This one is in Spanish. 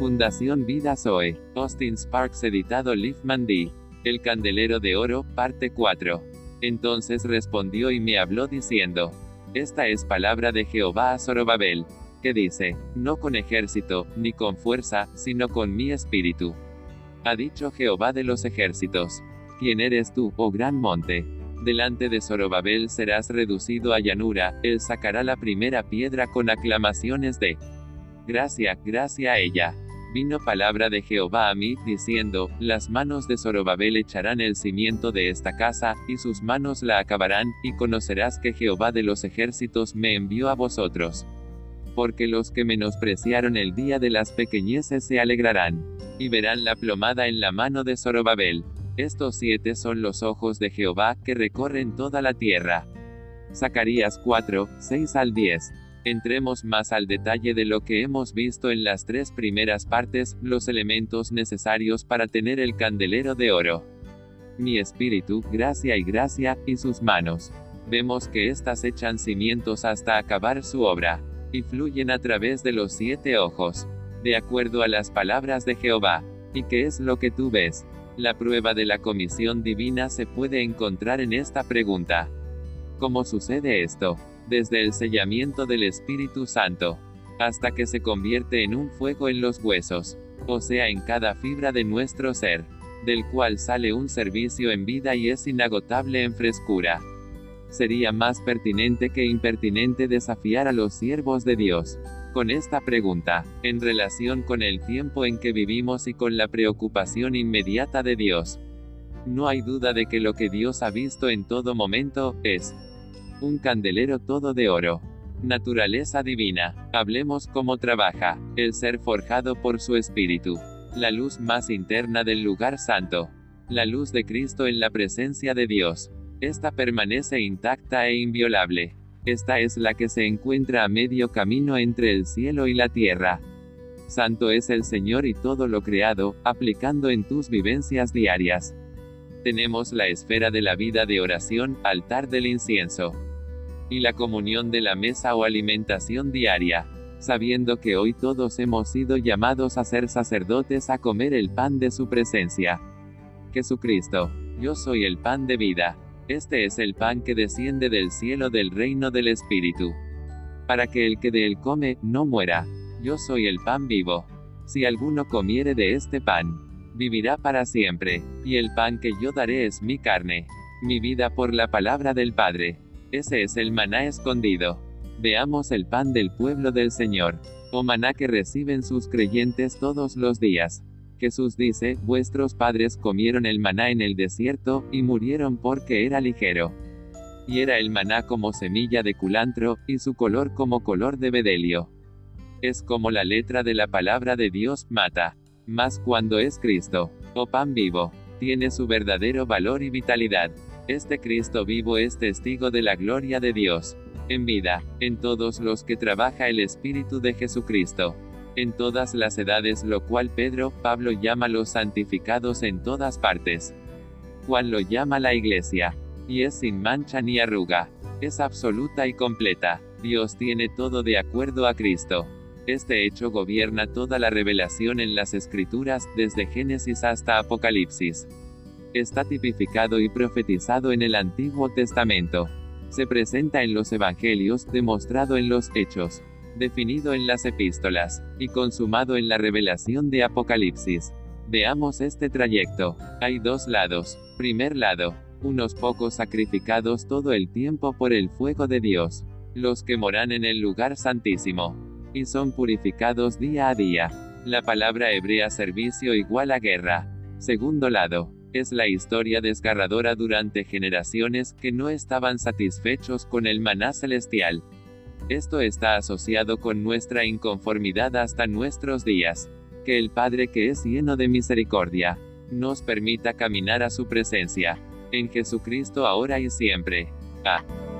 Fundación Vida Zoe. Austin Sparks editado Liefman D. El candelero de oro, parte 4. Entonces respondió y me habló diciendo: Esta es palabra de Jehová a Zorobabel, que dice: No con ejército, ni con fuerza, sino con mi espíritu. Ha dicho Jehová de los ejércitos. ¿Quién eres tú, oh gran monte? Delante de Zorobabel serás reducido a llanura, él sacará la primera piedra con aclamaciones de gracia, gracia a ella. Vino palabra de Jehová a mí, diciendo: Las manos de Zorobabel echarán el cimiento de esta casa, y sus manos la acabarán, y conocerás que Jehová de los ejércitos me envió a vosotros. Porque los que menospreciaron el día de las pequeñeces se alegrarán, y verán la plomada en la mano de Zorobabel. Estos 7 son los ojos de Jehová, que recorren toda la tierra. Zacarías 4, 6 al 10. Entremos más al detalle de lo que hemos visto en las 3 primeras partes, los elementos necesarios para tener el candelero de oro. Mi espíritu, gracia, y sus manos. Vemos que éstas echan cimientos hasta acabar su obra, y fluyen a través de los 7 ojos, de acuerdo a las palabras de Jehová. ¿Y qué es lo que tú ves? La prueba de la comisión divina se puede encontrar en esta pregunta. ¿Cómo sucede esto? Desde el sellamiento del Espíritu Santo, hasta que se convierte en un fuego en los huesos, o sea en cada fibra de nuestro ser, del cual sale un servicio en vida y es inagotable en frescura. Sería más pertinente que impertinente desafiar a los siervos de Dios con esta pregunta, en relación con el tiempo en que vivimos y con la preocupación inmediata de Dios. No hay duda de que lo que Dios ha visto en todo momento, es un candelero todo de oro. Naturaleza divina. Hablemos cómo trabaja, el ser forjado por su espíritu. La luz más interna del lugar santo. La luz de Cristo en la presencia de Dios. Esta permanece intacta e inviolable. Esta es la que se encuentra a medio camino entre el cielo y la tierra. Santo es el Señor y todo lo creado, aplicando en tus vivencias diarias. Tenemos la esfera de la vida de oración, altar del incienso, y la comunión de la mesa o alimentación diaria, sabiendo que hoy todos hemos sido llamados a ser sacerdotes, a comer el pan de su presencia. Jesucristo: Yo soy el pan de vida. Este es el pan que desciende del cielo del reino del Espíritu, para que el que de él come, no muera. Yo soy el pan vivo. Si alguno comiere de este pan, vivirá para siempre. Y el pan que yo daré es mi carne, mi vida por la palabra del Padre. Ese es el maná escondido. Veamos el pan del pueblo del Señor, o maná que reciben sus creyentes todos los días. Jesús dice: Vuestros padres comieron el maná en el desierto, y murieron porque era ligero. Y era el maná como semilla de culantro, y su color como color de bedelio. Es como la letra de la palabra de Dios, mata. Mas cuando es Cristo, o pan vivo, tiene su verdadero valor y vitalidad. Este Cristo vivo es testigo de la gloria de Dios, en vida, en todos los que trabaja el Espíritu de Jesucristo, en todas las edades, lo cual Pablo llama los santificados en todas partes. Juan lo llama la iglesia. Y es sin mancha ni arruga. Es absoluta y completa. Dios tiene todo de acuerdo a Cristo. Este hecho gobierna toda la revelación en las Escrituras, desde Génesis hasta Apocalipsis. Está tipificado y profetizado en el Antiguo Testamento. Se presenta en los Evangelios, demostrado en los Hechos, definido en las epístolas, y consumado en la revelación de Apocalipsis. Veamos este trayecto. Hay 2 lados. Primer lado, unos pocos sacrificados todo el tiempo por el fuego de Dios, los que moran en el lugar santísimo, y son purificados día a día. La palabra hebrea servicio igual a guerra. Segundo lado, es la historia desgarradora durante generaciones, que no estaban satisfechos con el maná celestial. Esto está asociado con nuestra inconformidad hasta nuestros días. Que el Padre, que es lleno de misericordia, nos permita caminar a su presencia, en Jesucristo ahora y siempre.